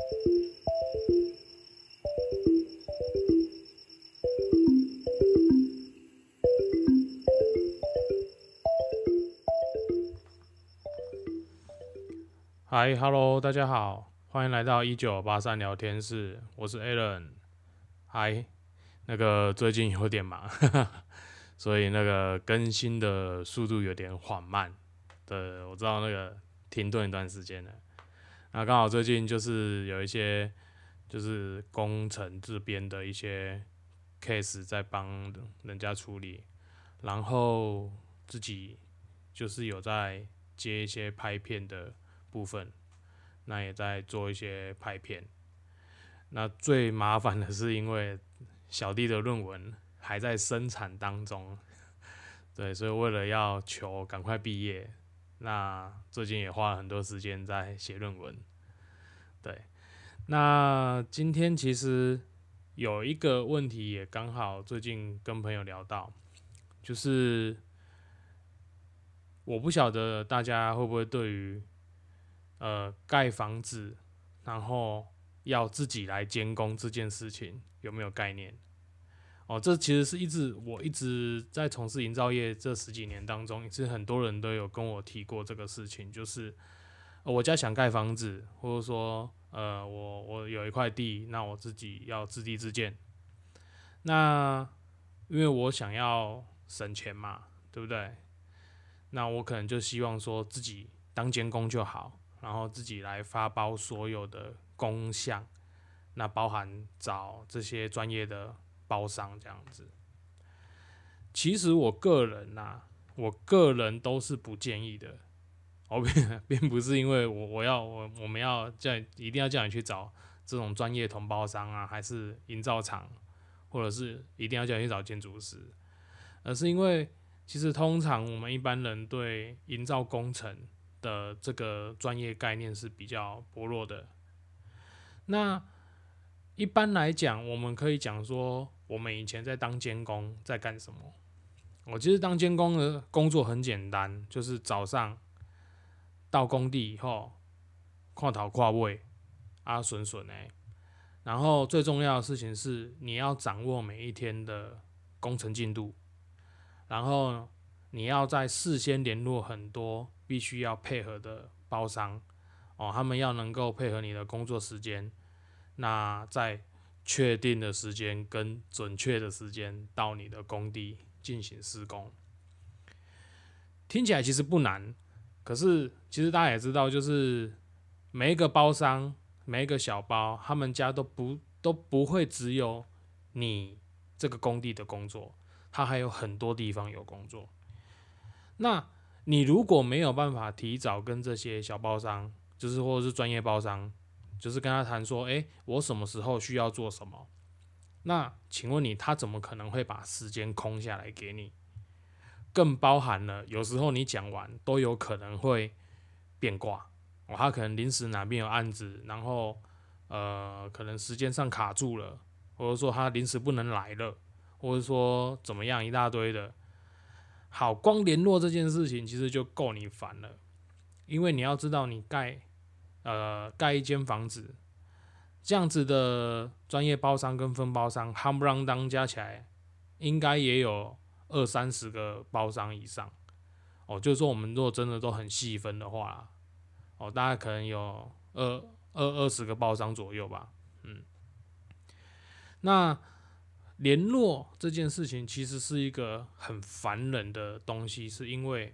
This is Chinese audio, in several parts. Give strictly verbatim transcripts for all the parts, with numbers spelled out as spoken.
嗨 ，Hello， 大家好，欢迎来到一九八三聊天室，我是 Alan。嗨，那个最近有点忙，呵呵，所以那个更新的速度有点缓慢。对，我知道那个停顿一段时间了。那刚好最近就是有一些就是工程这边的一些 case 在帮人家处理，然后自己就是有在接一些拍片的部分，那也在做一些拍片。那最麻烦的是，因为小弟的论文还在生产当中，对，所以为了要求赶快毕业，那最近也花了很多时间在写论文。对，那今天其实有一个问题也刚好最近跟朋友聊到，就是我不晓得大家会不会对于呃盖房子，然后要自己来监工这件事情有没有概念？哦，这其实是一直我一直在从事营造业这十几年当中，其实很多人都有跟我提过这个事情，就是呃我家想盖房子，或者说呃我我有一块地，那我自己要自地自建，那因为我想要省钱嘛，对不对？那我可能就希望说自己当监工就好，然后自己来发包所有的工项，那包含找这些专业的包商这样子。其实我个人呐、啊，我个人都是不建议的。我并并不是因为我我要我我们要叫一定要叫你去找这种专业同包商啊，还是营造厂，或者是一定要叫你去找建筑师，而是因为其实通常我们一般人对营造工程的这个专业概念是比较薄弱的。那一般来讲，我们可以讲说，我们以前在当监工在干什么？我其实当监工的工作很简单，就是早上到工地以后，看头看尾啊顺顺的，然后最重要的事情是，你要掌握每一天的工程进度，然后你要在事先联络很多必须要配合的包商哦，他们要能够配合你的工作时间，那在确定的时间跟准确的时间到你的工地进行施工。听起来其实不难，可是其实大家也知道，就是每一个包商、每一个小包，他们家都不都不会只有你这个工地的工作，他还有很多地方有工作。那你如果没有办法提早跟这些小包商，就是或者是专业包商，就是跟他谈说，哎，我什么时候需要做什么？那请问你，他怎么可能会把时间空下来给你？更包含了有时候你讲完都有可能会变卦哦，他可能临时哪边有案子，然后呃可能时间上卡住了，或者说他临时不能来了，或者说怎么样一大堆的。好，光联络这件事情其实就够你烦了，因为你要知道你盖呃盖一间房子，这样子的专业包商跟分包商，夯不啷当加起来，应该也有二三十个包商以上。哦，就是说我们如果真的都很细分的话，哦，大概可能有二二二十个包商左右吧。嗯，那联络这件事情其实是一个很烦人的东西，是因为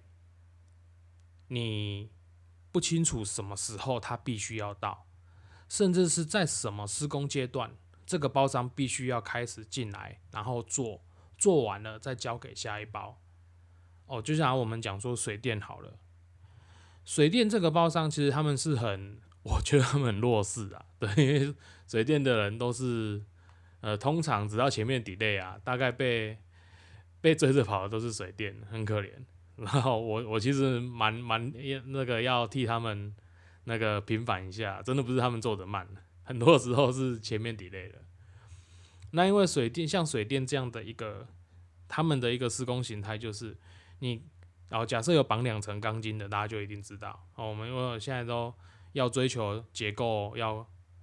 你不清楚什么时候他必须要到，甚至是在什么施工阶段，这个包商必须要开始进来，然后做，做完了再交给下一包。哦，就像我们讲说水电好了，水电这个包商其实他们是很，我觉得他们很弱势啊，对，因为水电的人都是，呃，通常只要前面 delay 啊，大概被被追着跑的都是水电，很可怜。然后我我其实蛮蛮那个要替他们那个平反一下，真的不是他们做的慢，很多时候是前面 delay 的。那因为水电像水电这样的一个他们的一个施工形态，就是你然后假设有绑两层钢筋的，大家就一定知道。哦，我们因为现在都要追求结构要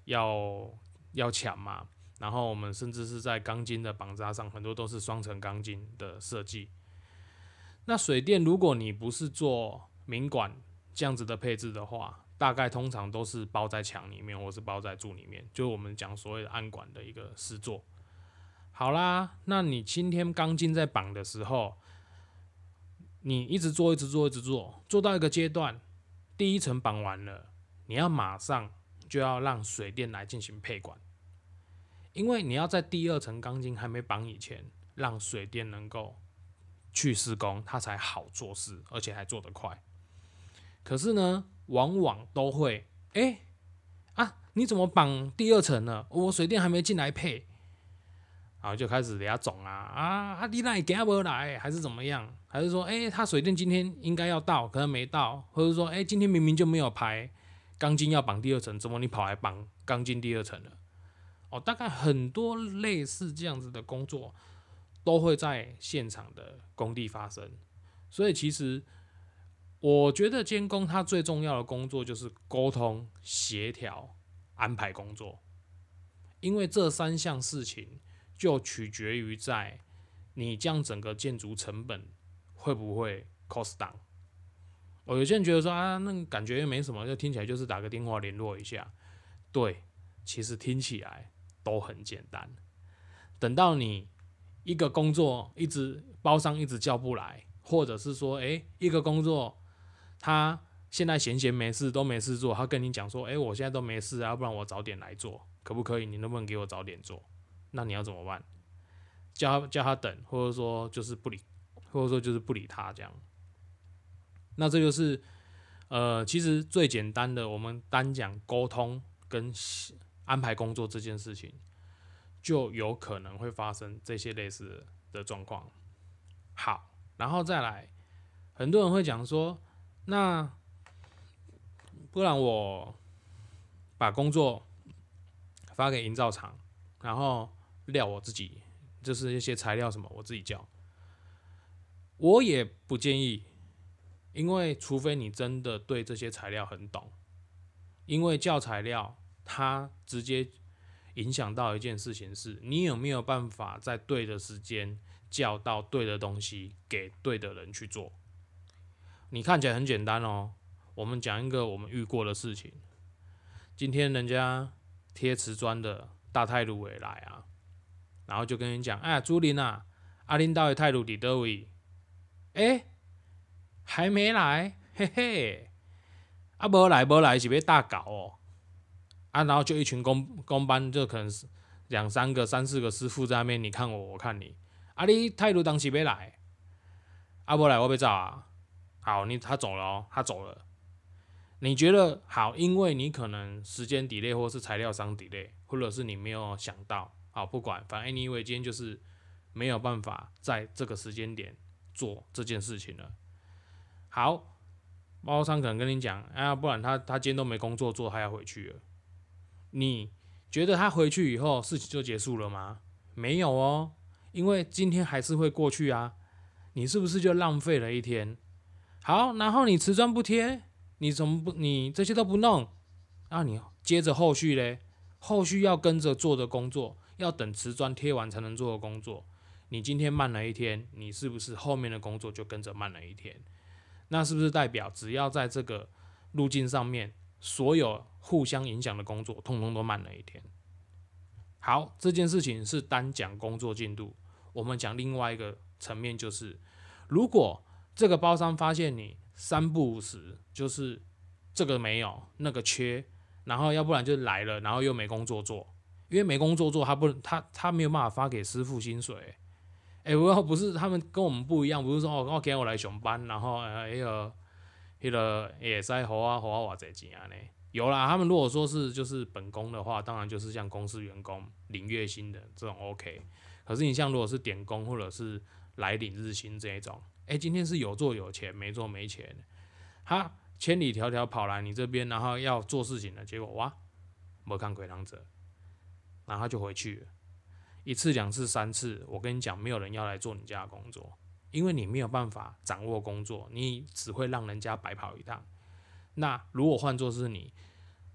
要要强嘛，然后我们甚至是在钢筋的绑扎上，很多都是双层钢筋的设计。那水电如果你不是做明管这样子的配置的话，大概通常都是包在墙里面，或是包在柱里面，就是我们讲所谓的暗管的一个施作。好啦，那你今天钢筋在绑的时候，你一直做，一直做，一直做，做到一个阶段，第一层绑完了，你要马上就要让水电来进行配管，因为你要在第二层钢筋还没绑以前，让水电能够去施工，它才好做事，而且还做得快。可是呢，往往都会，哎、欸、啊，你怎么绑第二层呢？我水电还没进来配，然后就开始给他总啊啊啊，你那给他不来，还是怎么样？还是说，哎、欸，他水电今天应该要到，可能没到，或者说，哎、欸，今天明明就没有排钢筋要绑第二层，怎么你跑来绑钢筋第二层了？哦，大概很多类似这样子的工作都会在现场的工地发生，所以其实我觉得监工它最重要的工作就是沟通、协调、安排工作，因为这三项事情就取决于在你这样整个建筑成本会不会 cost down。我有些人觉得说啊，那个感觉又没什么，就听起来就是打个电话联络一下。对，其实听起来都很简单。等到你一个工作一直包商一直叫不来，或者是说，哎，一个工作他现在闲闲没事都没事做，他跟你讲说，哎，我现在都没事啊，要不然我早点来做，可不可以？你能不能给我早点做？那你要怎么办？叫他叫他等，或者说就是不理，或者说就是不理他这样。那这就是呃，其实最简单的，我们单讲沟通跟安排工作这件事情，就有可能会发生这些类似的状况。好，然后再来，很多人会讲说，那不然我把工作发给营造厂，然后料我自己，就是一些材料什么我自己叫。我也不建议，因为除非你真的对这些材料很懂，因为叫材料它直接影响到一件事情是，你有没有办法在对的时间叫到对的东西给对的人去做。你看起来很简单哦，我们讲一个我们遇过的事情。今天人家贴瓷砖的大太鲁也来啊，然后就跟你讲，哎呀，朱林啊，阿林到的太鲁伫倒位？哎，还没来，嘿嘿，啊，没来没来是要大搞哦，啊，然后就一群工工班，就可能是两三个、三四个师傅在那边，你看我，我看你，啊，你态度当时要来，啊，没来我要走啊，好，你他走了哦，他走了，你觉得好，因为你可能时间 delay 或是材料商 delay， 或者是你没有想到，好，不管，反正 anyway 今天就是没有办法在这个时间点做这件事情了。好，包商可能跟你讲，啊，不然他他今天都没工作做，他要回去了。你觉得他回去以后事情就结束了吗？没有哦，因为今天还是会过去啊。你是不是就浪费了一天？好，然后你瓷砖不贴，你怎么不你这些都不弄？啊，你接着后续嘞，后续要跟着做的工作，要等瓷砖贴完才能做的工作，你今天慢了一天，你是不是后面的工作就跟着慢了一天？那是不是代表只要在这个路径上面，所有互相影响的工作，通通都慢了一天？好，这件事情是单讲工作进度，我们讲另外一个层面，就是如果这个包商发现你三不五时，就是这个没有，那个缺，然后要不然就来了，然后又没工作做，因为没工作做，他不他他没有办法发给师傅薪水。哎、欸，我不是他们跟我们不一样，不是说哦，我今天我来上班，然后呃，那个那个也使好啊好啊偌济钱啊呢？有啦，他们如果说是就是本工的话，当然就是像公司员工领月薪的这种 OK。可是你像如果是点工或者是来领日薪这一种，哎、欸，今天是有做有钱，没做没钱，他千里迢迢跑来你这边，然后要做事情了，结果哇，没看鬼当者，然后他就回去了。一次、两次、三次，我跟你讲，没有人要来做你家的工作，因为你没有办法掌握工作，你只会让人家白跑一趟。那如果换作是你，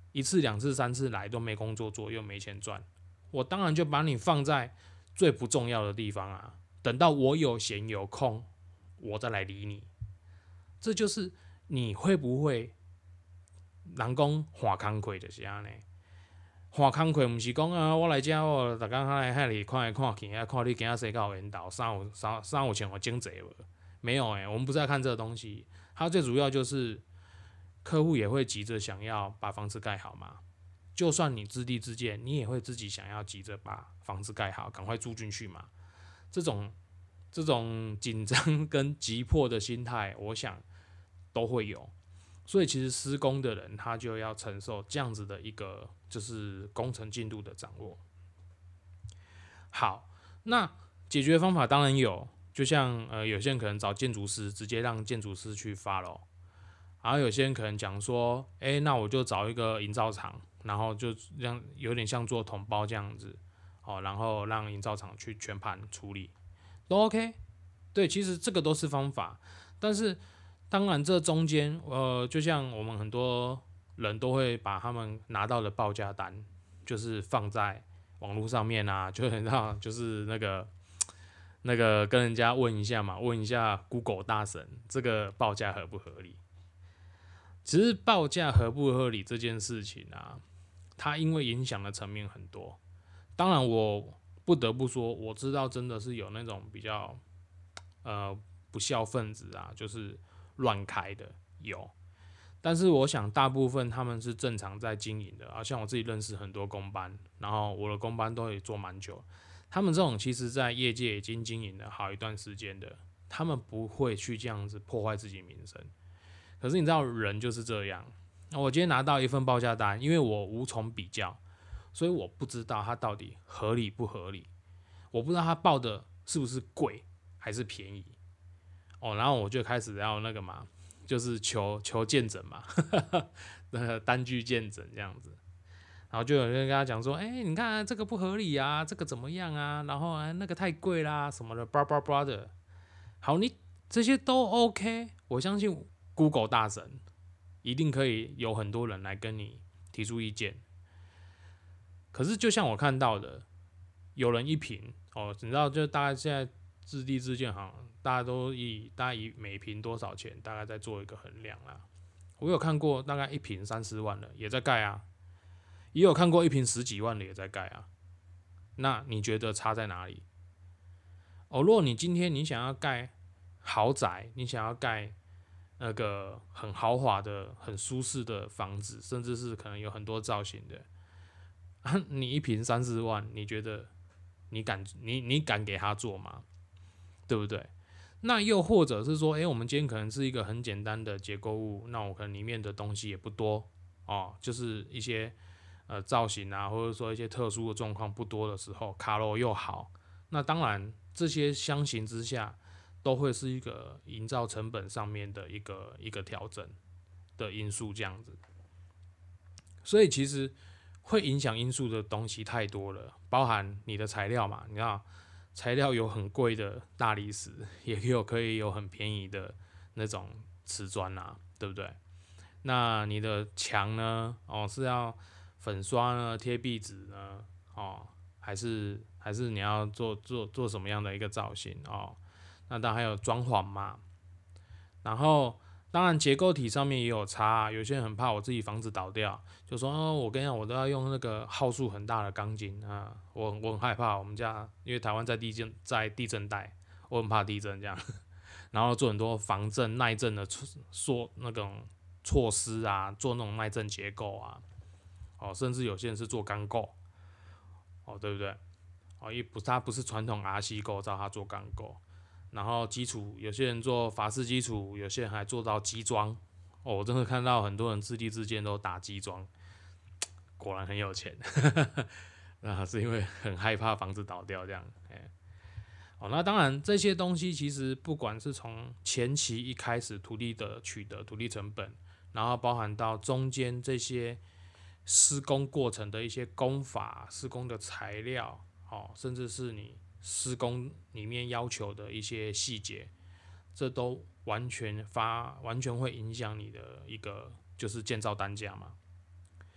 一次、两次、三次来都没工作做，又没钱赚，我当然就把你放在最不重要的地方啊。等到我有闲有空，我再来理你。这就是你会不会人讲换工课就是安尼。换工课毋是讲啊，我来遮我逐工来遐里看来看去，啊看你今仔洗到缘投，衫有衫衫有穿我经济无？没有诶、欸，我们不是在看这个东西。它最主要就是客户也会急着想要把房子盖好嘛。就算你自地自建，你也会自己想要急着把房子盖好，赶快住进去嘛。这种这种紧张跟急迫的心态，我想都会有。所以其实施工的人他就要承受这样子的一个就是工程进度的掌握。好，那解决方法当然有，就像呃有些人可能找建筑师，直接让建筑师去follow，然后有些人可能讲说，哎、欸，那我就找一个营造厂，然后就让有点像做统包这样子，哦，然后让营造厂去全盘处理，都 OK。对，其实这个都是方法，但是当然这中间，呃，就像我们很多人都会把他们拿到的报价单，就是放在网络上面啊，就很像就是那个那个跟人家问一下嘛，问一下 Google 大神这个报价合不合理。其实报价合不合理这件事情啊，它因为影响的层面很多。当然，我不得不说，我知道真的是有那种比较呃不孝分子啊，就是乱开的有。但是我想大部分他们是正常在经营的啊，像我自己认识很多工班，然后我的工班都也做蛮久。他们这种其实在业界已经经营了好一段时间的，他们不会去这样子破坏自己名声。可是你知道人就是这样，我今天拿到一份报价单，因为我无从比较，所以我不知道它到底合理不合理，我不知道它报的是不是贵还是便宜哦，然后我就开始要那个嘛，就是求求见诊嘛，那个单据见诊这样子，然后就有人跟他讲说，哎、欸，你看、啊、这个不合理啊，这个怎么样啊，然后、啊、那个太贵啦什么的，叭叭叭的，好，你这些都 OK， 我相信 Google 大神一定可以有很多人来跟你提出意见。可是就像我看到的，有人一坪哦，你知道，就大概现在自地自建行，大家都以大概以每坪多少钱，大概在做一个衡量啦。我有看过大概一坪三四万的也在盖啊，也有看过一坪十几万的也在盖啊。那你觉得差在哪里？哦，如果你今天你想要盖豪宅，你想要盖那个很豪华的、很舒适的房子，甚至是可能有很多造型的，啊、你一坪三四万，你觉得你敢你你敢给他做吗？对不对？那又或者是说，哎、欸，我们今天可能是一个很简单的结构物，那我可能里面的东西也不多哦，就是一些呃造型啊，或者说一些特殊的状况不多的时候，卡楼又好，那当然这些相形之下，都会是一个营造成本上面的一个一个调整的因素，这样子。所以其实会影响因素的东西太多了，包含你的材料嘛，你知道。材料有很贵的大理石，也有可以有很便宜的那种瓷砖啊，对不对？那你的墙呢？哦，是要粉刷呢，贴壁纸呢？哦，还是还是你要做做做什么样的一个造型哦？那当然还有装潢嘛，然后当然结构体上面也有差、啊，有些人很怕我自己房子倒掉，就说哦，我跟你讲，我都要用那个号数很大的钢筋啊，我我很害怕，我们家因为台湾在地震在地震带，我很怕地震这样，然后做很多防震耐震的措那种措施啊，做那种耐震结构啊，哦，甚至有些人是做钢构，哦，对不对？哦，也不，它不是传统 R C 构造，它做钢构。然后基础，有些人做法式基础，有些人还做到基桩。哦，我真的看到很多人自地自建都打基桩，果然很有钱。那是因为很害怕房子倒掉这样。哦，那当然这些东西其实不管是从前期一开始土地的取得、土地成本，然后包含到中间这些施工过程的一些工法、施工的材料，哦，甚至是你施工里面要求的一些细节，这都完全发完全会影响你的一个就是建造单价嘛。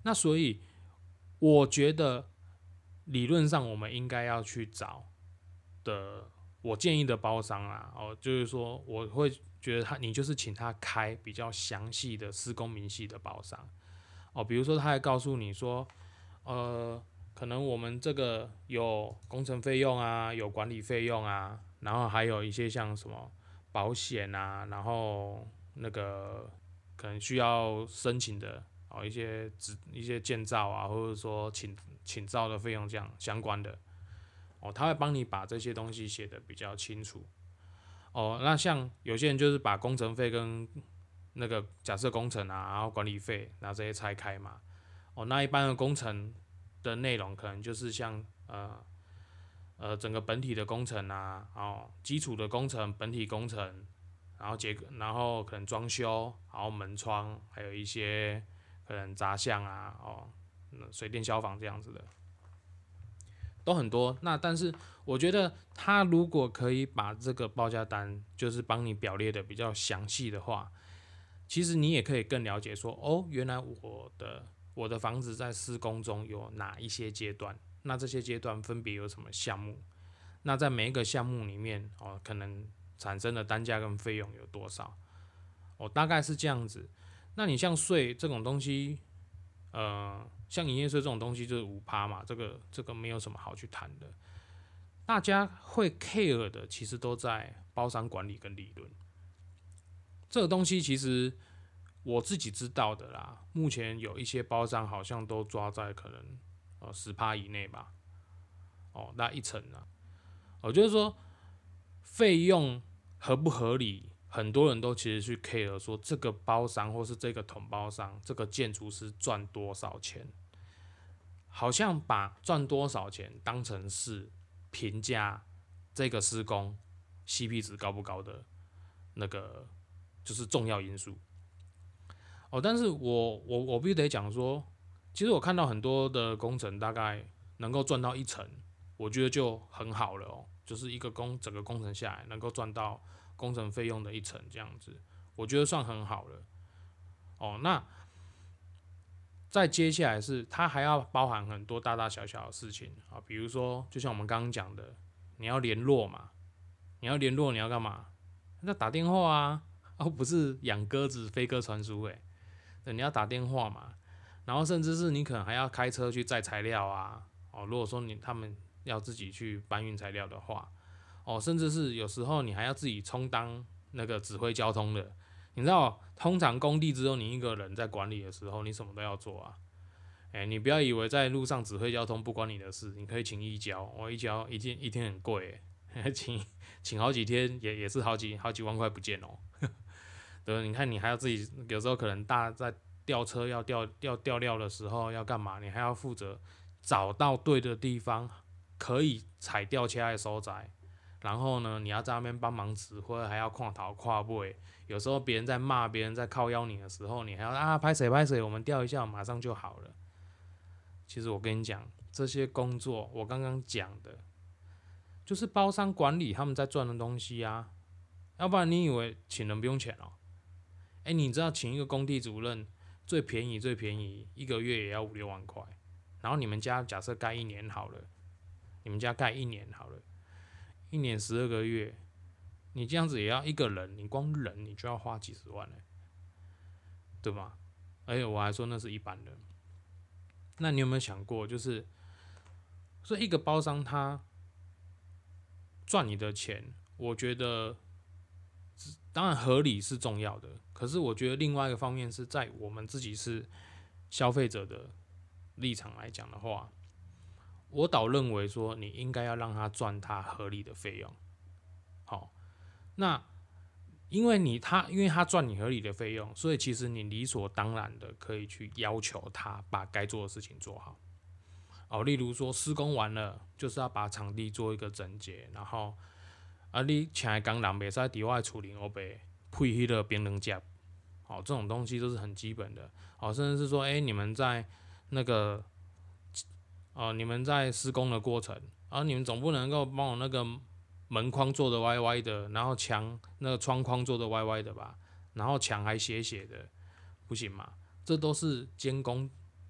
那所以我觉得理论上我们应该要去找的，我建议的包商啊，哦，就是说我会觉得他，你就是请他开比较详细的施工明细的包商，哦，比如说他还告诉你说，呃，可能我们这个有工程费用啊，有管理费用啊，然后还有一些像什么保险啊，然后那个可能需要申请的哦一些一些建造啊，或者说请请造的费用这样相关的哦，他会帮你把这些东西写得比较清楚哦。那像有些人就是把工程费跟那个假设工程啊，然后管理费，然后这些拆开嘛。哦，那一般的工程的内容可能就是像呃呃整个本体的工程啊，哦基础的工程、本体工程，然后结然后可能装修，然后门窗，还有一些可能杂项啊，哦水电消防这样子的都很多。那但是我觉得他如果可以把这个报价单就是帮你表列的比较详细的话，其实你也可以更了解说，哦，原来我的我的房子在施工中有哪一些阶段，那这些阶段分别有什么项目，那在每一个项目里面，哦，可能产生的单价跟费用有多少，哦，大概是这样子。那你像税这种东西，呃，像营业税这种东西就是五趴嘛，这个这个没有什么好去谈的。大家会 care 的，其实都在包商管理跟利润。这个东西其实我自己知道的啦，目前有一些包商好像都抓在可能呃十趴以内吧，哦，那一层啊，我就是说费用合不合理，很多人都其实去 care 说这个包商或是这个统包商，这个建筑师赚多少钱，好像把赚多少钱当成是评价这个施工 C P 值高不高的那个就是重要因素。哦，但是我我我必须得讲说，其实我看到很多的工程大概能够赚到一成，我觉得就很好了哦。就是一个工整个工程下来能够赚到工程费用的一成这样子，我觉得算很好了。哦，那再接下来是它还要包含很多大大小小的事情啊，比如说就像我们刚刚讲的，你要联络嘛，你要联络你要干嘛？那打电话啊，而、哦、不是养鸽子飞鸽传书诶。对，你要打电话嘛，然后甚至是你可能还要开车去载材料啊，哦，如果说你他们要自己去搬运材料的话，哦，甚至是有时候你还要自己充当那个指挥交通的，你知道，通常工地只有你一个人在管理的时候，你什么都要做啊，哎、欸，你不要以为在路上指挥交通不关你的事，你可以请义交，我、哦、义交一天一天很贵，请请好几天也也是好几好几万块不见哦。对，你看你还要自己，有时候可能大在吊车要吊吊吊料的时候要干嘛？你还要负责找到对的地方，可以踩吊车的所在。然后呢，你要在那边帮忙指挥，还要看头看尾。有时候别人在骂，别人在靠腰你的时候，你还要啊拍谁拍谁，我们吊一下，马上就好了。其实我跟你讲，这些工作我刚刚讲的，就是包商管理他们在赚的东西啊。要不然你以为请人不用钱哦？哎、欸，你知道请一个工地主任最便宜最便宜一个月也要五六万块，然后你们家假设盖一年好了，你们家盖一年好了，一年十二个月，你这样子也要一个人，你光人你就要花几十万嘞，对吗？而且我还说那是一般人。那你有没有想过，就是说一个包商他赚你的钱，我觉得当然合理是重要的，可是我觉得另外一个方面是在我们自己是消费者的立场来讲的话，我倒认为说你应该要让他赚他合理的费用。好，那因为你他因为他赚你合理的费用，所以其实你理所当然的可以去要求他把该做的事情做好。哦，例如说施工完了，就是要把场地做一个整洁，然后啊，你请的工人袂使伫我的厝里后边配迄个冰冷夹，好、哦，这种东西都是很基本的。好、哦，甚至是说，哎、欸，你们在那个，哦，你们在施工的过程，啊，你们总不能够帮我那个门框做的歪歪的，然后墙那个窗框做的歪歪的吧，然后墙还斜斜的，不行嘛？这都是监工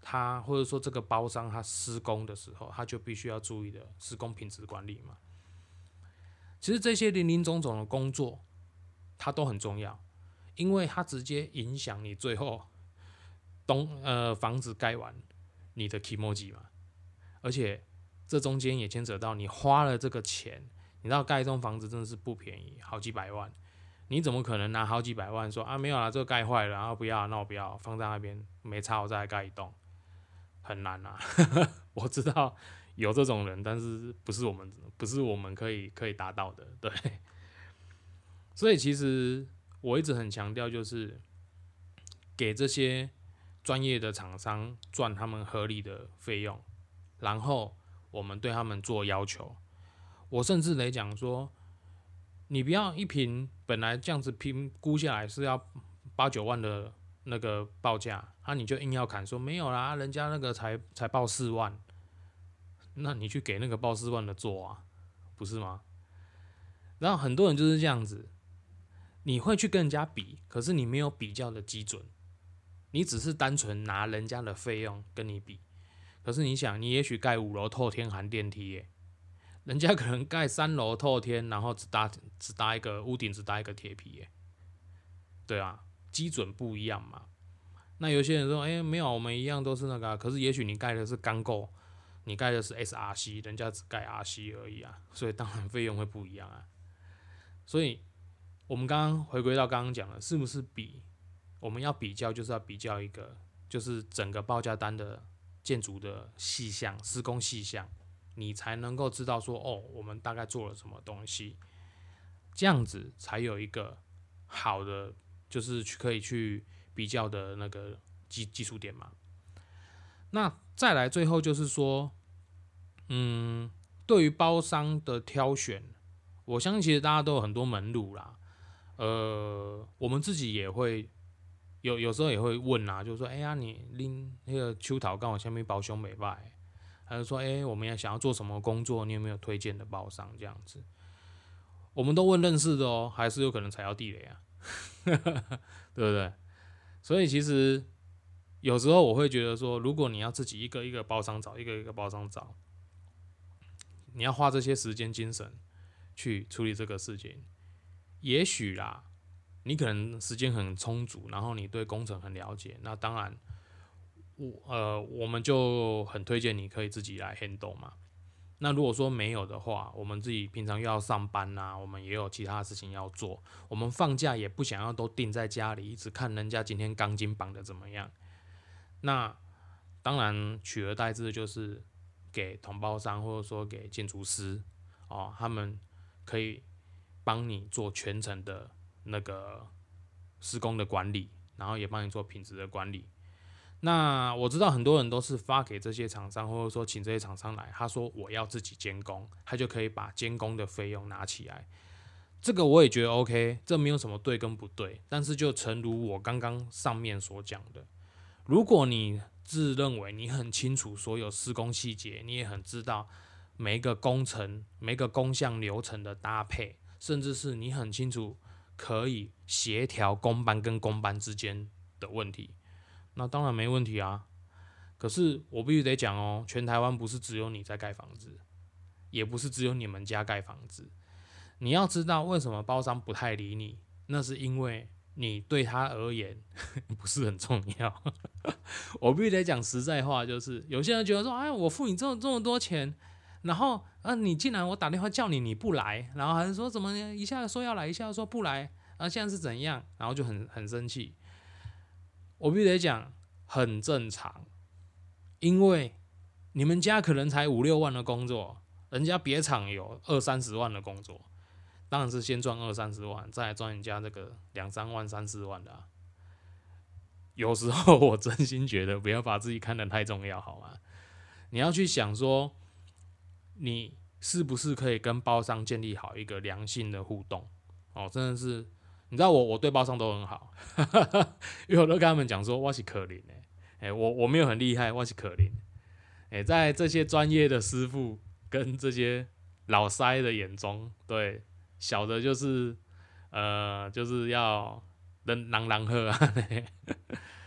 他或者说这个包商他施工的时候，他就必须要注意的施工品质管理嘛。其实这些林林总总的工作，它都很重要，因为它直接影响你最后东呃房子盖完你的 kimoji 嘛。而且这中间也牵扯到你花了这个钱，你知道盖一栋房子真的是不便宜，好几百万。你怎么可能拿好几百万说啊没有啦，这个盖坏了，然后不要，那我不要放在那边，没差我再来盖一栋，很难啊。我知道有这种人，但是不是我们不是我们可以可以达到的，对。所以其实我一直很强调，就是给这些专业的厂商赚他们合理的费用，然后我们对他们做要求。我甚至得讲说，你不要一瓶本来这样子评估下来是要八九万的那个报价，啊，你就硬要砍说没有啦，人家那个才才报四万，那你去给那个报四万的做啊，不是吗？然后很多人就是这样子，你会去跟人家比，可是你没有比较的基准，你只是单纯拿人家的费用跟你比。可是你想，你也许盖五楼透天含电梯耶，人家可能盖三楼透天，然后只搭只搭一个屋顶，只搭一个铁皮耶，对啊，基准不一样嘛。那有些人说，哎、欸，没有，我们一样都是那个、啊，可是也许你盖的是钢构，你盖的是 S R C， 人家只盖 R C 而已啊，所以当然费用会不一样啊。所以我们刚刚回归到刚刚讲的，是不是比我们要比较，就是要比较一个，就是整个报价单的建筑的细项、施工细项，你才能够知道说，哦，我们大概做了什么东西，这样子才有一个好的，就是可以去比较的那个基基础点嘛。那再来最后就是说，嗯，对于包商的挑选，我相信其实大家都有很多门路啦。呃，我们自己也会有有时候也会问啊，就是说，哎、欸、呀，你拎那个秋桃刚好下面包胸美拜，还是说，哎、欸，我们也想要做什么工作，你有没有推荐的包商这样子？我们都问认识的哦，还是有可能踩到地雷啊，对不对？所以其实有时候我会觉得说，如果你要自己一个一个包商找，一个一个包商找，你要花这些时间精神去处理这个事情，也许啦，你可能时间很充足，然后你对工程很了解，那当然，我呃我们就很推荐你可以自己来 handle 嘛。那如果说没有的话，我们自己平常又要上班啊，我们也有其他的事情要做，我们放假也不想要都定在家里，一直看人家今天钢筋绑的怎么样。那当然取而代之的就是给统包商或者说给建筑师哦，他们可以帮你做全程的那个施工的管理，然后也帮你做品质的管理。那我知道很多人都是发给这些厂商，或者说请这些厂商来，他说我要自己监工，他就可以把监工的费用拿起来。这个我也觉得 OK， 这没有什么对跟不对，但是就诚如我刚刚上面所讲的，如果你自认为你很清楚所有施工细节，你也很知道每一个工程、每一个工项流程的搭配，甚至是你很清楚可以协调工班跟工班之间的问题，那当然没问题啊。可是我必须得讲哦，全台湾不是只有你在盖房子，也不是只有你们家盖房子。你要知道为什么包商不太理你，那是因为你对他而言不是很重要。我必须得讲实在话，就是有些人觉得说，哎，我付你这这么多钱，然后啊，你竟然我打电话叫你你不来，然后还是说怎么一下说要来，一下说不来，啊，现在是怎样，然后就很很生气。我必须得讲，很正常，因为你们家可能才五六万的工作，人家别厂有二三十万的工作，当然是先赚二三十万，再来赚人家这个两三万、三四万的啊。有时候我真心觉得，不要把自己看得太重要，好吗？你要去想说，你是不是可以跟包商建立好一个良性的互动？哦，真的是。你知道我我对包商都很好，因为我都跟他们讲说我是可怜的、欸，我我没有很厉害，我是可怜、欸，在这些专业的师傅跟这些老塞的眼中，对小的就是呃就是要人人人喝啊，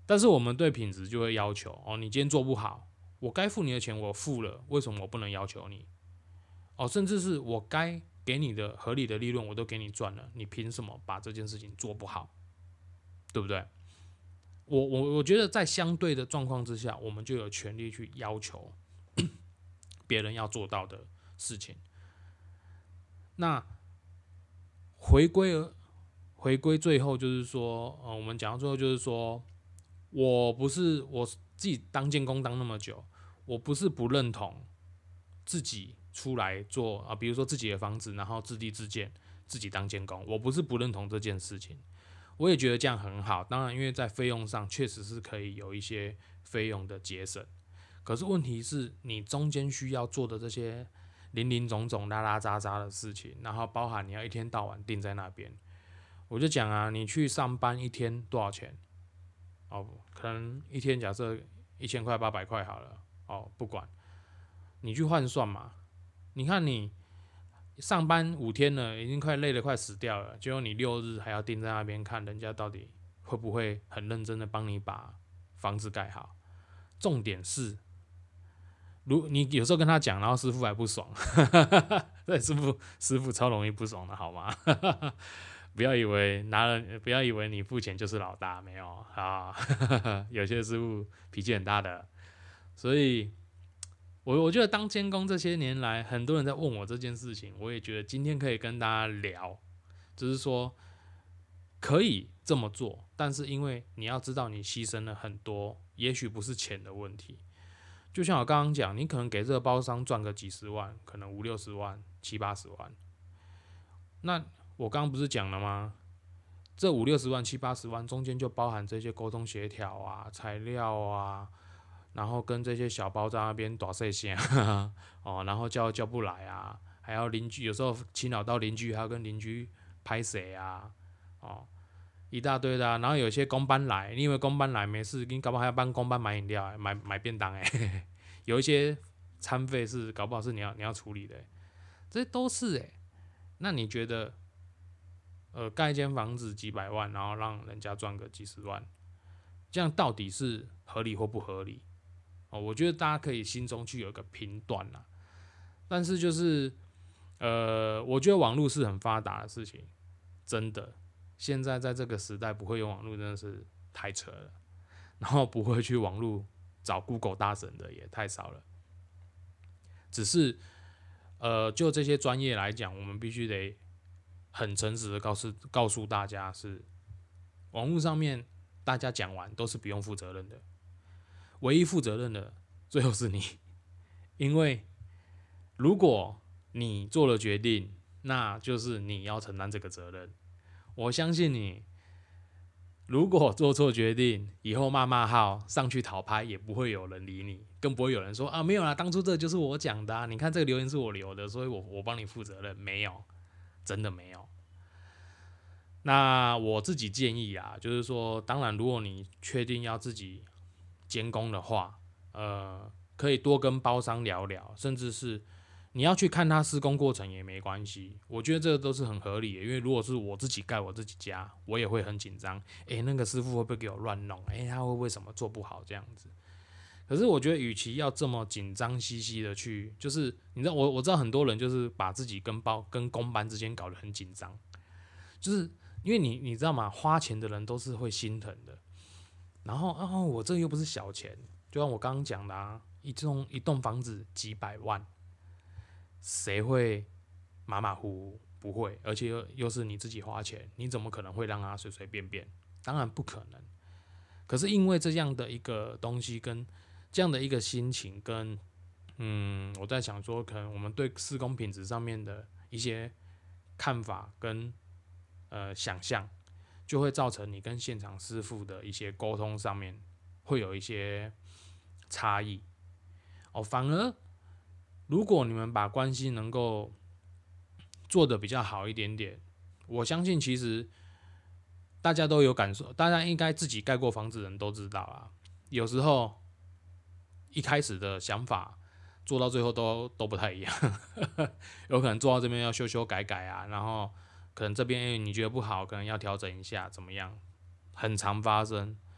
但是我们对品质就会要求哦，你今天做不好，我该付你的钱我付了，为什么我不能要求你？哦，甚至是我该给你的合理的利润我都给你赚了，你凭什么把这件事情做不好？对不对？我我我觉得在相对的状况之下，我们就有权利去要求别人要做到的事情。那回归回归最后就是说，呃，我们讲到最后就是说，我不是我自己当建工当那么久，我不是不认同自己出来做啊，比如说自己的房子，然后自地自建，自己当监工，我不是不认同这件事情，我也觉得这样很好。当然，因为在费用上确实是可以有一些费用的节省，可是问题是你中间需要做的这些林林总总、拉拉杂杂的事情，然后包含你要一天到晚定在那边，我就讲啊，你去上班一天多少钱？哦，可能一天假设一千块、八百块好了，哦，不管，你去换算嘛。你看你上班五天了，已经快累得快死掉了，结果你六日还要盯在那边看人家到底会不会很认真的帮你把房子盖好。重点是，如你有时候跟他讲，然后师傅还不爽，对，师傅师傅超容易不爽的好吗？不要以为拿了，不要以为你付钱就是老大，没有啊，有些师傅脾气很大的，所以。我我觉得当监工这些年来，很多人在问我这件事情，我也觉得今天可以跟大家聊，就是说可以这么做，但是因为你要知道你牺牲了很多，也许不是钱的问题。就像我刚刚讲，你可能给这个包商赚个几十万，可能五六十万、七八十万。那我刚刚不是讲了吗？这五六十万、七八十万中间就包含这些沟通协调啊、材料啊。然后跟这些小包在那边打碎线哦，然后叫叫不来啊，还要邻居有时候侵扰到邻居，还要跟邻居拍谁啊，哦，一大堆的、啊。然后有些公班来，你以为公班来没事，你搞不好还要帮公班买饮料、买买便当哎，有一些餐费是搞不好是你要你要处理的，这些都是哎。那你觉得，呃，盖一间房子几百万，然后让人家赚个几十万，这样到底是合理或不合理？哦，我觉得大家可以心中去有一个评断啦。但是就是，呃，我觉得网络是很发达的事情，真的。现在在这个时代，不会用网络真的是太扯了。然后不会去网络找 Google 大神的也太少了。只是，呃，就这些专业来讲，我们必须得很诚实的告诉告诉大家是，网络上面大家讲完都是不用负责任的。唯一负责任的最后是你，因为如果你做了决定，那就是你要承担这个责任。我相信你，如果做错决定，以后骂骂号上去讨拍，也不会有人理你，更不会有人说啊没有啦，当初这就是我讲的、啊，你看这个留言是我留的，所以我我帮你负责任，没有，真的没有。那我自己建议啊，就是说，当然如果你确定要自己监工的话，呃，可以多跟包商聊聊，甚至是你要去看他施工过程也没关系。我觉得这个都是很合理的，因为如果是我自己盖我自己家，我也会很紧张。诶，那个师傅会不会给我乱弄？诶，他会不会什么做不好这样子？可是我觉得，与其要这么紧张兮兮的去，就是你知道，我我知道很多人就是把自己跟包跟工班之间搞得很紧张，就是因为你你知道吗？花钱的人都是会心疼的。然后，哦，我这又不是小钱，就像我刚刚讲的啊，一栋一栋房子几百万，谁会马马虎虎？不会，而且又又是你自己花钱，你怎么可能会让他随随便便？当然不可能。可是因为这样的一个东西，跟这样的一个心情，跟嗯，我在想说，可能我们对施工品质上面的一些看法跟呃想象。就会造成你跟现场师傅的一些沟通上面会有一些差异哦。反而如果你们把关系能够做得比较好一点点，我相信其实大家都有感受，大家应该自己盖过房子的人都知道啊。有时候一开始的想法做到最后都都不太一样，有可能做到这边要修修改改啊，然后。可能这边你觉得不好，可能要调整一下，怎么样？很常发生。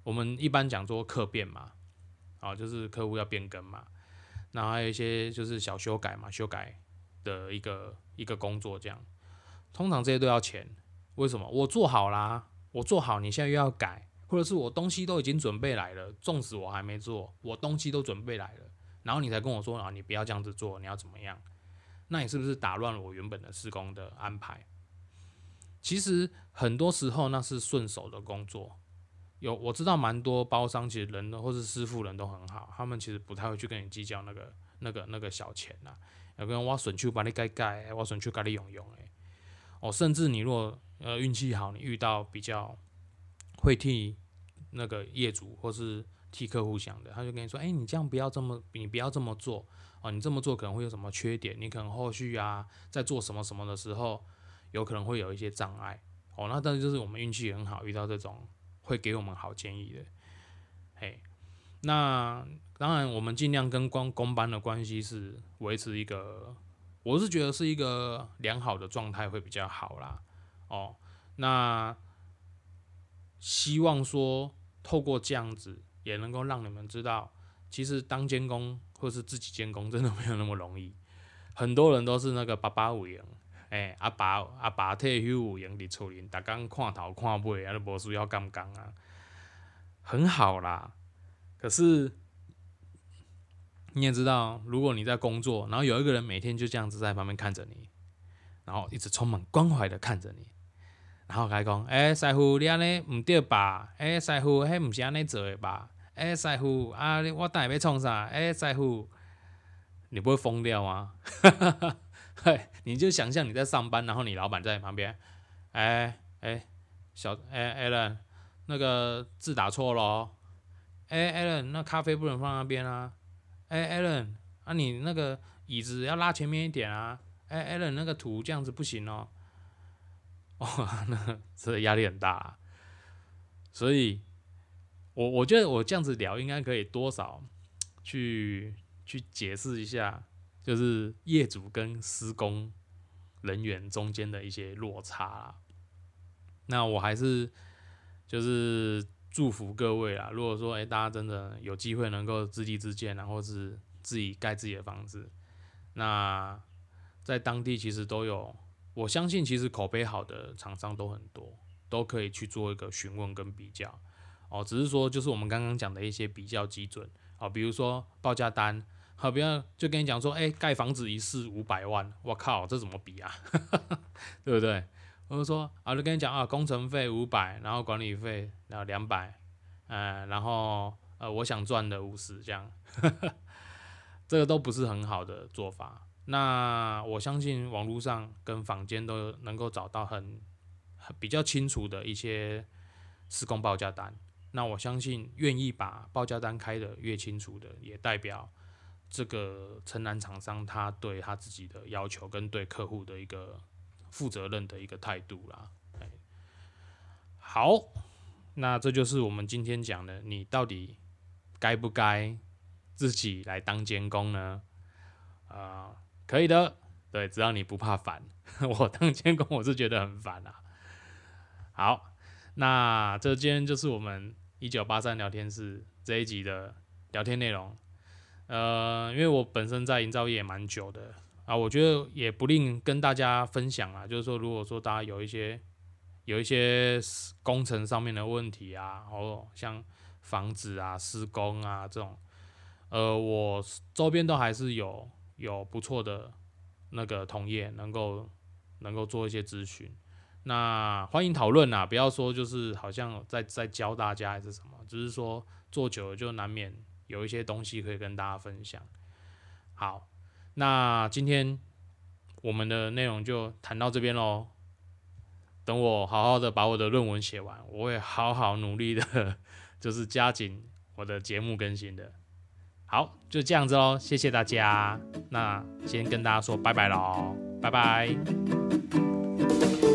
我们一般讲说客变嘛，啊，就是客户要变更嘛，然后还有一些就是小修改嘛，修改的一个一个工作这样，通常这些都要钱。为什么？我做好啦，我做好，你现在又要改，或者是我东西都已经准备来了，纵使我还没做，我东西都准备来了，然后你才跟我说啊，你不要这样子做，你要怎么样？那你是不是打乱了我原本的施工的安排？其实很多时候那是顺手的工作。有我知道蛮多包商其实人或是师傅人都很好，他们其实不太会去跟你计较那个那个那个小钱啦。有个人我顺手把你改改，我顺手把你用用诶。哦，甚至你如果呃运气好，你遇到比较会替那个业主或是替客户想的，他就跟你说：“哎、欸，你这样不要这么，你不要这么做哦，你这么做可能会有什么缺点，你可能后续啊在做什么什么的时候，有可能会有一些障碍哦。那但是就是我们运气很好，遇到这种会给我们好建议的。嘿，那当然我们尽量跟公公班的关系是维持一个，我是觉得是一个良好的状态会比较好啦。哦，那希望说透过这样子，也能够让你们知道，其实当监工或是自己监工真的没有那么容易。很多人都是那个爸爸有闲，哎、欸，阿爸阿爸退休有闲伫厝里，逐工看头看尾，啊，都无需要干工啊，很好啦。可是你也知道，如果你在工作，然后有一个人每天就这样子在旁边看着你，然后一直充满关怀的看着你。然后甲伊讲，诶、欸，师傅，你安尼唔对吧？诶、欸，师傅，迄唔是安尼做的吧？诶、欸，师傅，啊，我等下要创啥？诶、欸，师傅，你不会疯掉吗？你就想象你在上班，然后你老板在你旁边，哎、欸、哎、欸，小哎、欸、Alan， 那个字打错了哦。哎、欸、Alan， 那咖啡不能放那边啊。哎、欸、Alan， 啊你那个椅子要拉前面一点啊。哎、欸、Alan， 那个图这样子不行哦。哇，那这压力很大、啊，所以我我觉得我这样子聊应该可以多少去去解释一下，就是业主跟施工人员中间的一些落差啦。那我还是就是祝福各位啦，如果说哎、欸、大家真的有机会能够自立自建，然后是自己盖自己的房子，那在当地其实都有。我相信其实口碑好的厂商都很多，都可以去做一个询问跟比较哦。只是说就是我们刚刚讲的一些比较基准哦，比如说报价单，好，不要就跟你讲说，哎、欸，盖房子一室五百万，我靠，这怎么比啊？对不对？我就说啊，就跟你讲啊，工程费五百，然后管理费然后两百，呃，然后呃，我想赚的五十这样，这个都不是很好的做法。那我相信网络上跟坊间都能够找到很比较清楚的一些施工报价单。那我相信愿意把报价单开得越清楚的，也代表这个承揽厂商他对他自己的要求跟对客户的一个负责任的一个态度啦。好，那这就是我们今天讲的，你到底该不该自己来当监工呢？啊、呃。可以的，对，只要你不怕烦。我当监工我是觉得很烦啊。好，那这今天就是我们一九八三聊天室这一集的聊天内容。呃，因为我本身在营造业蛮久的啊，我觉得也不吝跟大家分享啦。就是说，如果说大家有一些有一些工程上面的问题啊，哦，像房子啊、施工啊这种，呃，我周边都还是有。有不错的那个同业能够能够做一些咨询，那欢迎讨论啦，不要说就是好像在在教大家还是什么，只是说做久了就难免有一些东西可以跟大家分享。好，那今天我们的内容就谈到这边咯。等我好好的把我的论文写完，我会好好努力的，就是加紧我的节目更新的。好，就这样子咯，谢谢大家。那先跟大家说拜拜咯，拜拜。